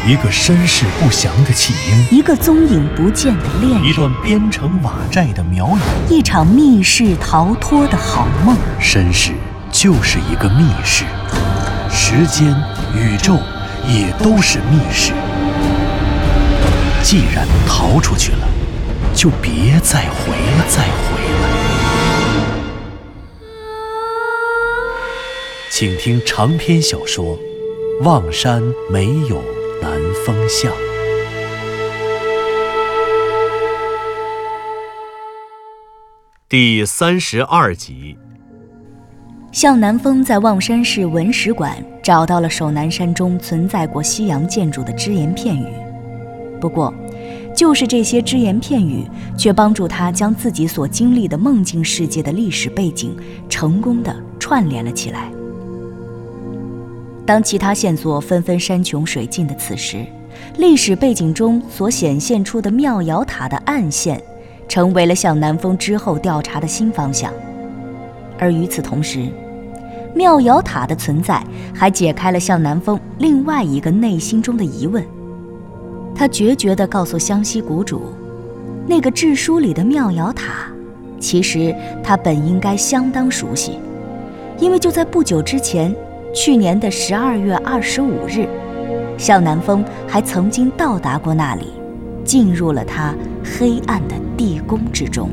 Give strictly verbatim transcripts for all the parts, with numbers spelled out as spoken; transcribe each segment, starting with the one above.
一个身世不详的弃婴， 一个踪影不见的恋人， 一段编成瓦寨的苗语， 一场密室逃脱的好梦。 身世就是一个密室，时间、宇宙也都是密室。既然逃出去了，就别再回来，再回来。请听长篇小说《望山没有南风向》第三十二集。 向南风在望山市文史馆找到了守南山中存在过西洋建筑的只言片语，不过就是这些只言片语却帮助他将自己所经历的梦境世界的历史背景成功地串联了起来。当其他线索纷纷山穷水尽的此时，历史背景中所显现出的妙瑶塔的暗线成为了向南风之后调查的新方向。而与此同时，妙瑶塔的存在还解开了向南风另外一个内心中的疑问。他决绝地告诉湘西谷主，那个志书里的妙瑶塔其实他本应该相当熟悉，因为就在不久之前，去年的十二月二十五日，向南风还曾经到达过那里，进入了他黑暗的地宫之中。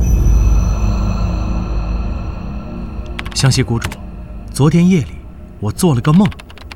湘西谷主，昨天夜里我做了个梦。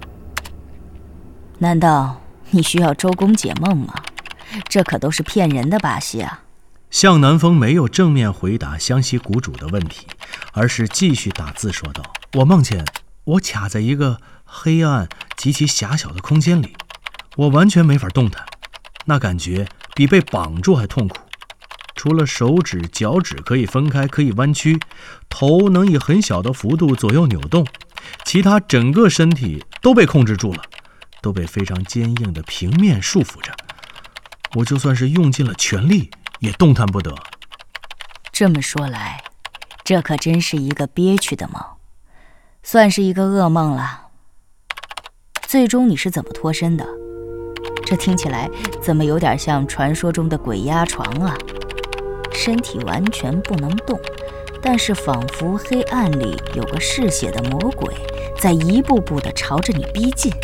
难道你需要周公解梦吗？这可都是骗人的把戏啊！ 向南风没有正面回答湘西谷主的问题，而是继续打字说道：我梦见我卡在一个黑暗极其狭小的空间里，我完全没法动弹，那感觉比被绑住还痛苦。除了手指、脚趾可以分开，可以弯曲，头能以很小的幅度左右扭动，其他整个身体都被控制住了，都被非常坚硬的平面束缚着。我就算是用尽了全力，也动弹不得。 这么说来，这可真是一个憋屈的梦，算是一个噩梦了。最终你是怎么脱身的？这听起来怎么有点像传说中的鬼压床啊？身体完全不能动，但是仿佛黑暗里有个嗜血的魔鬼在一步步地朝着你逼近。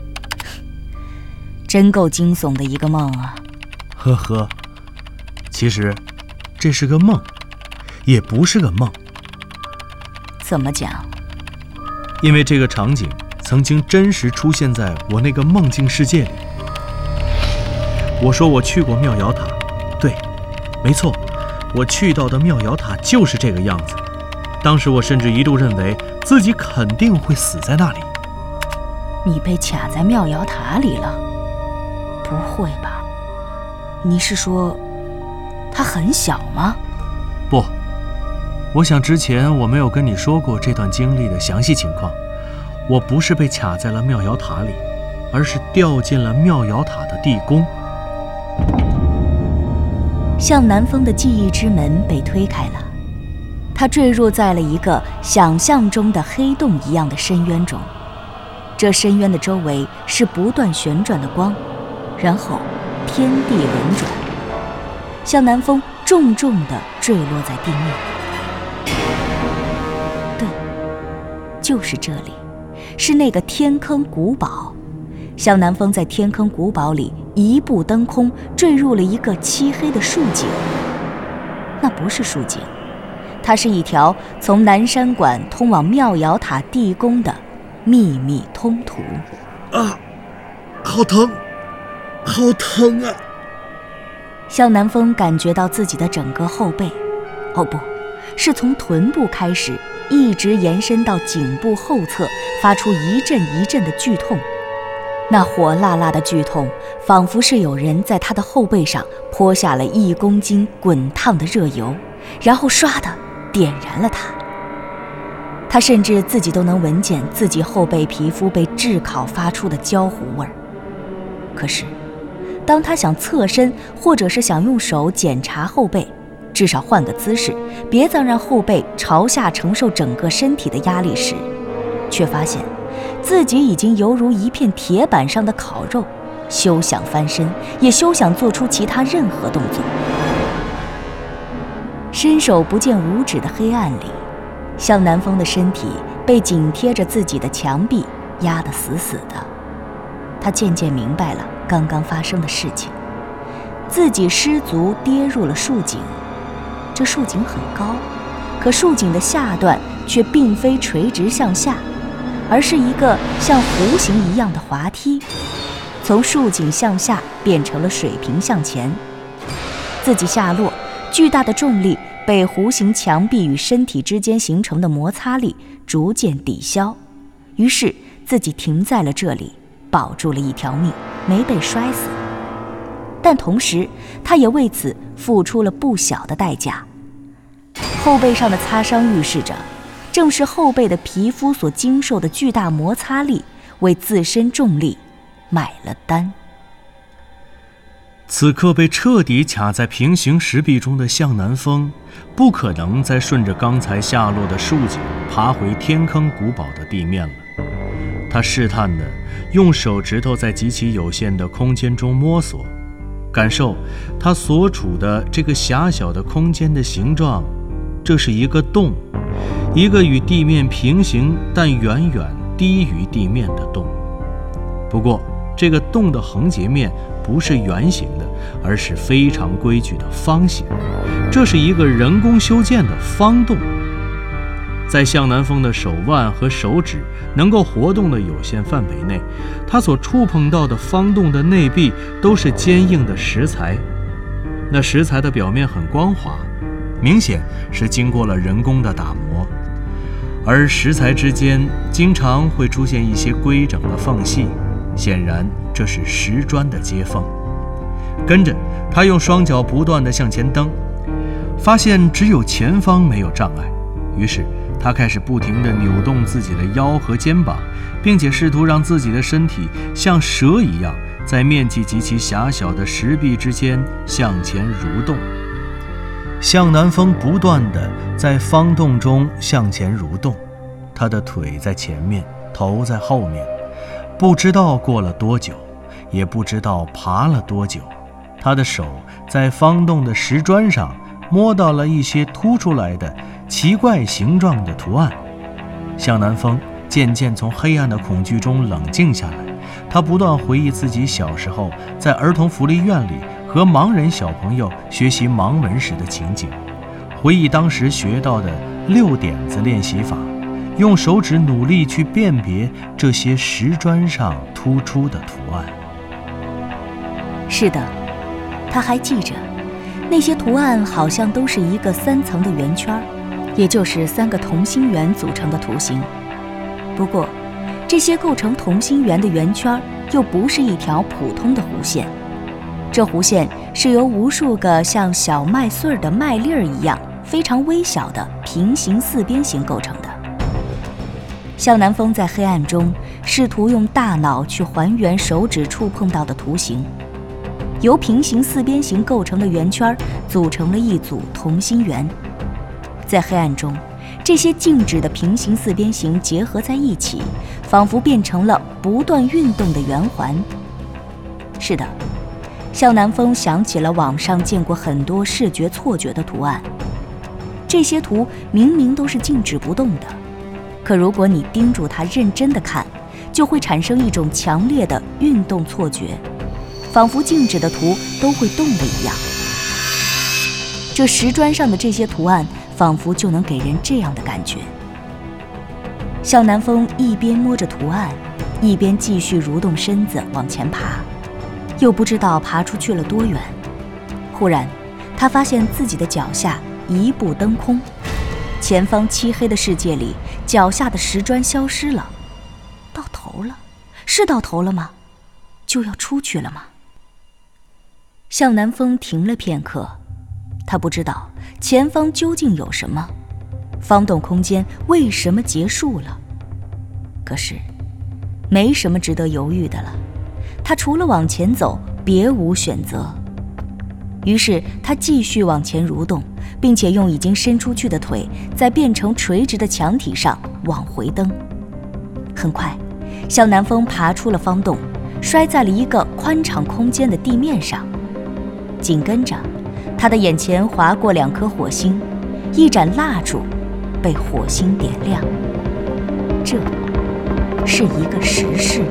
真够惊悚的一个梦啊！ 呵呵，其实这是个梦，也不是个梦。 怎么讲？ 因为这个场景曾经真实出现在我那个梦境世界里。我说我去过妙瑶塔，对，没错，我去到的妙瑶塔就是这个样子。当时我甚至一度认为自己肯定会死在那里。 你被卡在妙瑶塔里了？不会吧？你是说它很小吗？ 不，我想之前我没有跟你说过这段经历的详细情况。我不是被卡在了妙瑶塔里，而是掉进了妙瑶塔的地宫。 向南风的记忆之门被推开了，他坠入在了一个想象中的黑洞一样的深渊中。这深渊的周围是不断旋转的光，然后天地轮转，向南风重重地坠落在地面。对，就是这里，是那个天坑古堡。向南风在天坑古堡里一步登空，坠入了一个漆黑的竖井。那不是竖井，它是一条从南山馆通往妙瑶塔地宫的秘密通途。 啊，好疼，好疼啊！ 向南风感觉到自己的整个后背，哦不，是从臀部开始，一直延伸到颈部后侧，发出一阵一阵的剧痛。那火辣辣的剧痛，仿佛是有人在他的后背上泼下了一公斤滚烫的热油，然后唰的点燃了它。他甚至自己都能闻见自己后背皮肤被炙烤发出的焦糊味儿。可是当他想侧身，或者是想用手检查后背，至少换个姿势，别再让后背朝下承受整个身体的压力时，却发现自己已经犹如一片铁板上的烤肉， 休想翻身，也休想做出其他任何动作。伸手不见五指的黑暗里，向南风的身体被紧贴着自己的墙壁压得死死的。他渐渐明白了刚刚发生的事情，自己失足跌入了树井。这树井很高，可树井的下段却并非垂直向下，而是一个像弧形一样的滑梯，从树井向下变成了水平向前。自己下落，巨大的重力被弧形墙壁与身体之间形成的摩擦力逐渐抵消，于是自己停在了这里，保住了一条命，没被摔死。但同时他也为此付出了不小的代价。后背上的擦伤预示着，正是后背的皮肤所经受的巨大摩擦力为自身重力买了单。 此刻被彻底卡在平行石壁中的向南风，不可能再顺着刚才下落的树井爬回天坑古堡的地面了。他试探地用手指头在极其有限的空间中摸索，感受他所处的这个狭小的空间的形状。这是一个洞，一个与地面平行但远远低于地面的洞。不过这个洞的横截面不是圆形的，而是非常规矩的方形。这是一个人工修建的方洞。在向南风的手腕和手指能够活动的有限范围内，他所触碰到的方洞的内壁都是坚硬的石材。那石材的表面很光滑，明显是经过了人工的打磨，而石材之间经常会出现一些规整的缝隙，显然这是石砖的接缝。跟着他用双脚不断地向前蹬，发现只有前方没有障碍，于是他开始不停地扭动自己的腰和肩膀，并且试图让自己的身体像蛇一样在面积极其狭小的石壁之间向前蠕动。向南风不断地在方洞中向前蠕动，他的腿在前面，头在后面。不知道过了多久，也不知道爬了多久，他的手在方洞的石砖上摸到了一些凸出来的奇怪形状的图案。向南风渐渐从黑暗的恐惧中冷静下来，他不断回忆自己小时候在儿童福利院里和盲人小朋友学习盲文时的情景，回忆当时学到的六点子练习法，用手指努力去辨别这些石砖上突出的图案。 是的，他还记着，那些图案好像都是一个三层的圆圈，也就是三个同心圆组成的图形。不过，这些构成同心圆的圆圈又不是一条普通的弧线，这弧线是由无数个像小麦穗的麦粒儿一样非常微小的平行四边形构成的。向南风在黑暗中试图用大脑去还原手指触碰到的图形，由平行四边形构成的圆圈组成了一组同心圆。在黑暗中，这些静止的平行四边形结合在一起，仿佛变成了不断运动的圆环。是的，向南风想起了网上见过很多视觉错觉的图案，这些图明明都是静止不动的，可如果你盯住它认真的看，就会产生一种强烈的运动错觉，仿佛静止的图都会动的一样。这石砖上的这些图案仿佛就能给人这样的感觉。向南风一边摸着图案，一边继续蠕动身子往前爬，又不知道爬出去了多远。忽然他发现自己的脚下一步登空，前方漆黑的世界里，脚下的石砖消失了。到头了？是到头了吗？就要出去了吗？向南风停了片刻，他不知道前方究竟有什么，方洞空间为什么结束了？可是没什么值得犹豫的了，他除了往前走别无选择。于是他继续往前蠕动，并且用已经伸出去的腿在变成垂直的墙体上往回蹬。很快，向南风爬出了方洞， 摔在了一个宽敞空间的地面上。紧跟着，他的眼前划过两颗火星，一盏蜡烛被火星点亮。这是一个石室。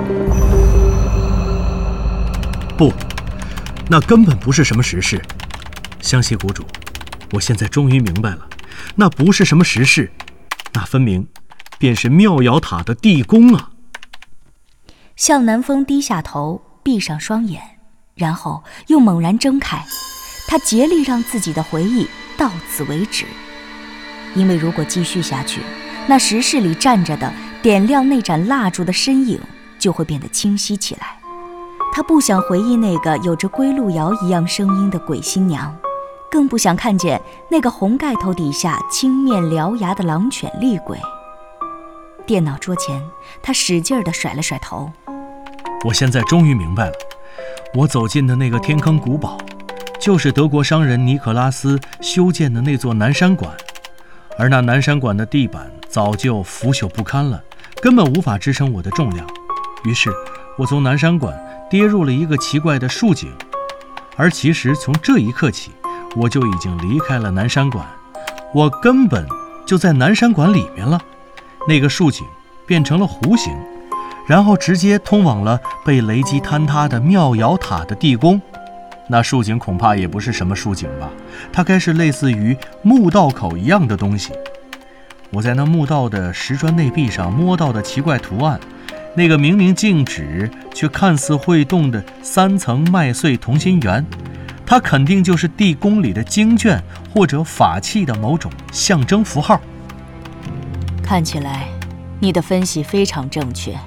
不，那根本不是什么石室。湘西谷主，我现在终于明白了，那不是什么石室，那分明便是妙瑶塔的地宫啊！ 向南风低下头，闭上双眼，然后又猛然睁开。他竭力让自己的回忆到此为止，因为如果继续下去，那石室里站着的点亮那盏蜡烛的身影就会变得清晰起来。他不想回忆那个有着归路遥一样声音的鬼新娘，更不想看见那个红盖头底下青面獠牙的狼犬厉鬼。电脑桌前，他使劲地甩了甩头。 我现在终于明白了，我走进的那个天坑古堡，就是德国商人尼可拉斯修建的那座南山馆，而那南山馆的地板早就腐朽不堪了，根本无法支撑我的重量。于是我从南山馆跌入了一个奇怪的竖井，而其实从这一刻起，我就已经离开了南山馆，我根本就在南山馆里面了。那个竖井变成了弧形，然后直接通往了被雷击坍塌的妙瑶塔的地宫。那竖井恐怕也不是什么竖井吧，它该是类似于墓道口一样的东西。我在那墓道的石砖内壁上摸到的奇怪图案，那个明明静止却看似会动的三层麦穗同心圆，它肯定就是地宫里的经卷或者法器的某种象征符号。 看起来你的分析非常正确，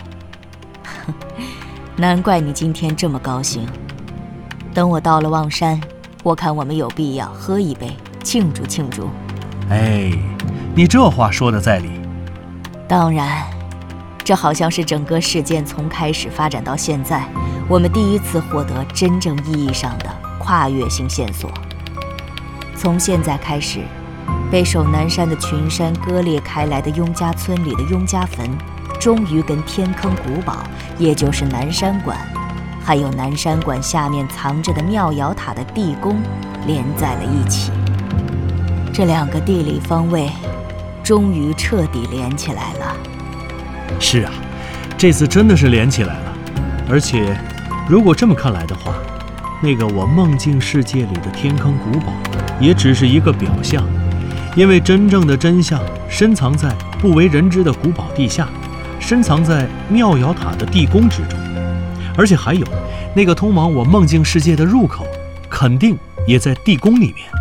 难怪你今天这么高兴。等我到了望山，我看我们有必要喝一杯庆祝庆祝。 哎，你这话说得在理。 当然，这好像是整个事件从开始发展到现在，我们第一次获得真正意义上的跨越性线索。从现在开始，被守南山的群山割裂开来的雍家村里的雍家坟，终于跟天坑古堡，也就是南山馆，还有南山馆下面藏着的妙瑶塔的地宫连在了一起。这两个地理方位终于彻底连起来了。 是啊，这次真的是连起来了。而且如果这么看来的话，那个我梦境世界里的天坑古堡也只是一个表象，因为真正的真相深藏在不为人知的古堡地下，深藏在妙瑶塔的地宫之中。而且还有那个通往我梦境世界的入口，肯定也在地宫里面。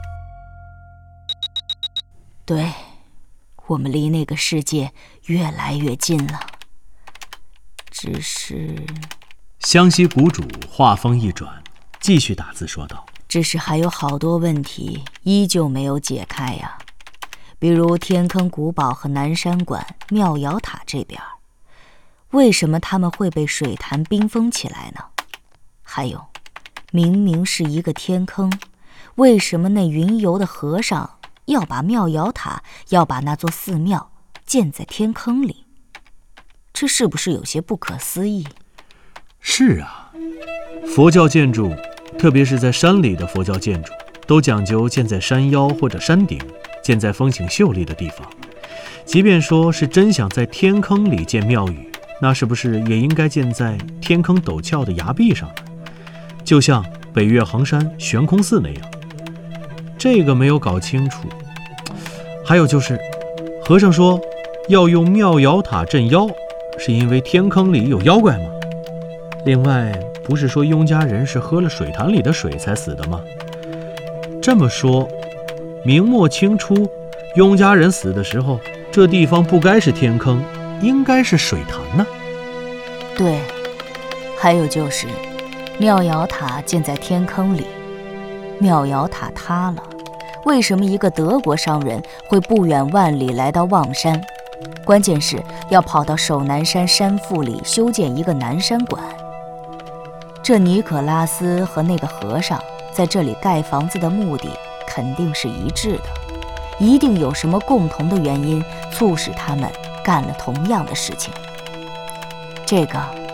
对，我们离那个世界越来越近了。只是…… 湘西谷主话锋一转，继续打字说道： 只是还有好多问题依旧没有解开呀，比如天坑古堡和南山馆、妙瑶塔这边，为什么他们会被水潭冰封起来呢？还有，明明是一个天坑，为什么那云游的和尚要把妙瑶塔，要把那座寺庙建在天坑里？这是不是有些不可思议？ 是啊，佛教建筑，特别是在山里的佛教建筑，都讲究建在山腰或者山顶，建在风景秀丽的地方。即便说是真想在天坑里建庙宇，那是不是也应该建在天坑陡峭的崖壁上呢？就像北岳恒山悬空寺那样。这个没有搞清楚。还有就是，和尚说要用妙瑶塔镇妖，是因为天坑里有妖怪吗？另外，不是说雍家人是喝了水潭里的水才死的吗？这么说，明末清初雍家人死的时候，这地方不该是天坑，应该是水潭呢。 对，还有就是妙瑶塔建在天坑里，妙瑶塔塌了，为什么一个德国商人会不远万里来到望山？关键是要跑到守南山山腹里修建一个南山馆。这尼可拉斯和那个和尚在这里盖房子的目的肯定是一致的，一定有什么共同的原因促使他们干了同样的事情。这个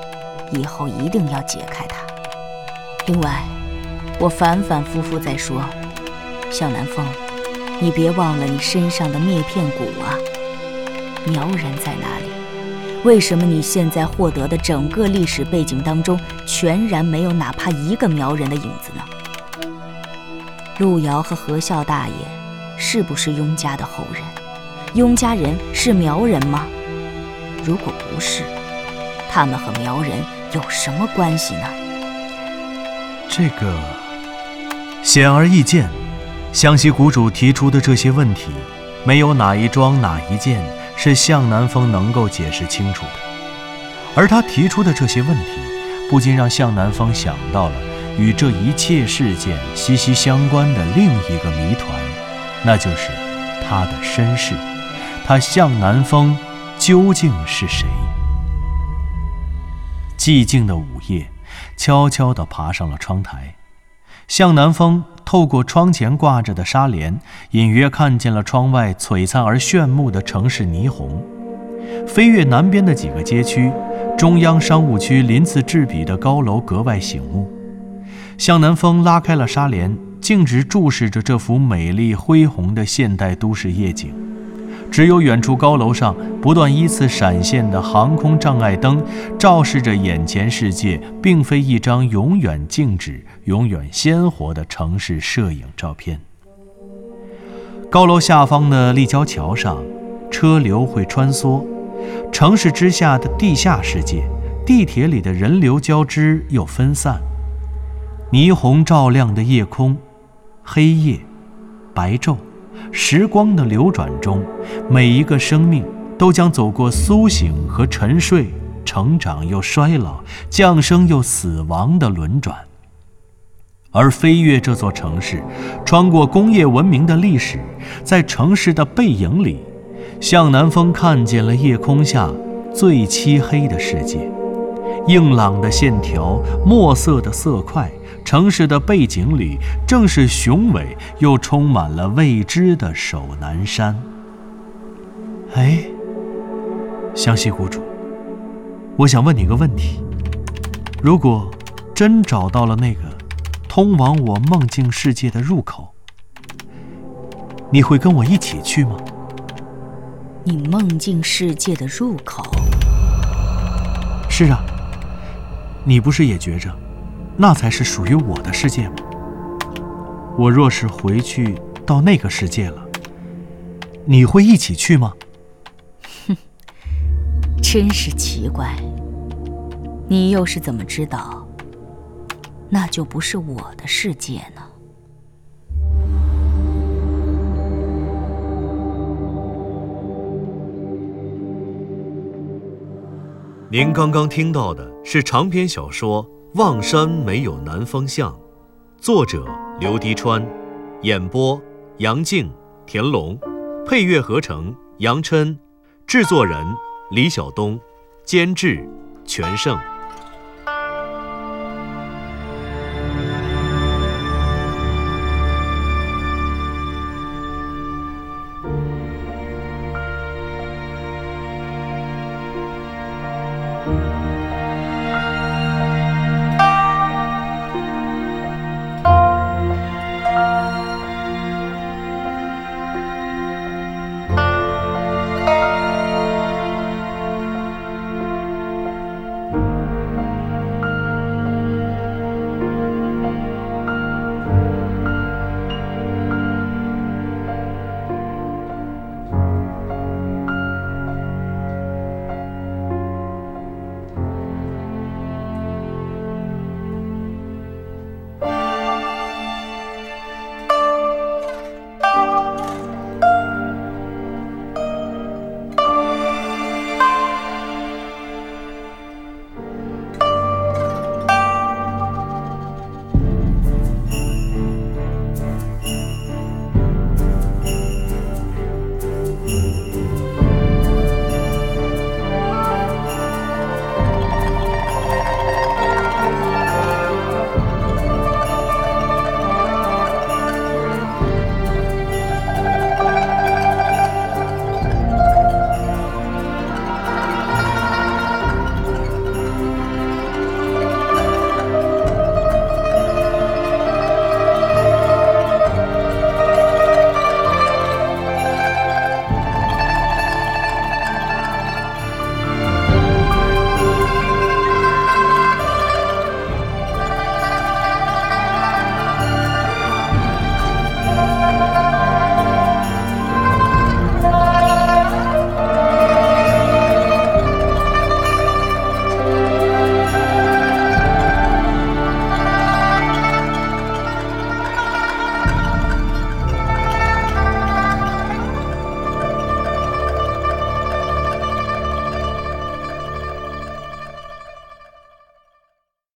以后一定要解开它。另外，我反反复复在说，向南风，你别忘了你身上的灭片蛊啊！苗人在哪里？为什么你现在获得的整个历史背景当中，全然没有哪怕一个苗人的影子呢？路遥和何孝大爷是不是雍家的后人？雍家人是苗人吗？如果不是，他们和苗人有什么关系呢？ 这个显而易见，湘西谷主提出的这些问题，没有哪一桩哪一件是向南风能够解释清楚的。而他提出的这些问题，不禁让向南风想到了与这一切事件息息相关的另一个谜团，那就是他的身世，他向南风究竟是谁？寂静的午夜，悄悄地爬上了窗台。向南风透过窗前挂着的纱帘，隐约看见了窗外璀璨而炫目的城市霓虹。飞越南边的几个街区，中央商务区鳞次栉比的高楼格外醒目。向南风拉开了纱帘，径直注视着这幅美丽恢宏的现代都市夜景。只有远处高楼上不断依次闪现的航空障碍灯，昭示着眼前世界并非一张永远静止、永远鲜活的城市摄影照片。高楼下方的立交桥上，车流会穿梭，城市之下的地下世界，地铁里的人流交织又分散。霓虹照亮的夜空，黑夜、白昼，时光的流转中，每一个生命都将走过苏醒和沉睡，成长又衰老，降生又死亡的轮转。而飞越这座城市，穿过工业文明的历史，在城市的背影里，向南风看见了夜空下最漆黑的世界。硬朗的线条，墨色的色块，城市的背景里正是雄伟又充满了未知的守南山。哎，湘西谷主，我想问你个问题，如果真找到了那个通往我梦境世界的入口，你会跟我一起去吗？ 你梦境世界的入口？ 是啊，你不是也觉着那才是属于我的世界吗？我若是回去到那个世界了，你会一起去吗？ 哼，真是奇怪，你又是怎么知道那就不是我的世界呢？ 您刚刚听到的是长篇小说《望山没有南方向》，作者刘迪川，演播杨静、田龙，配乐合成杨琛，制作人李晓东，监制全胜。 嗯。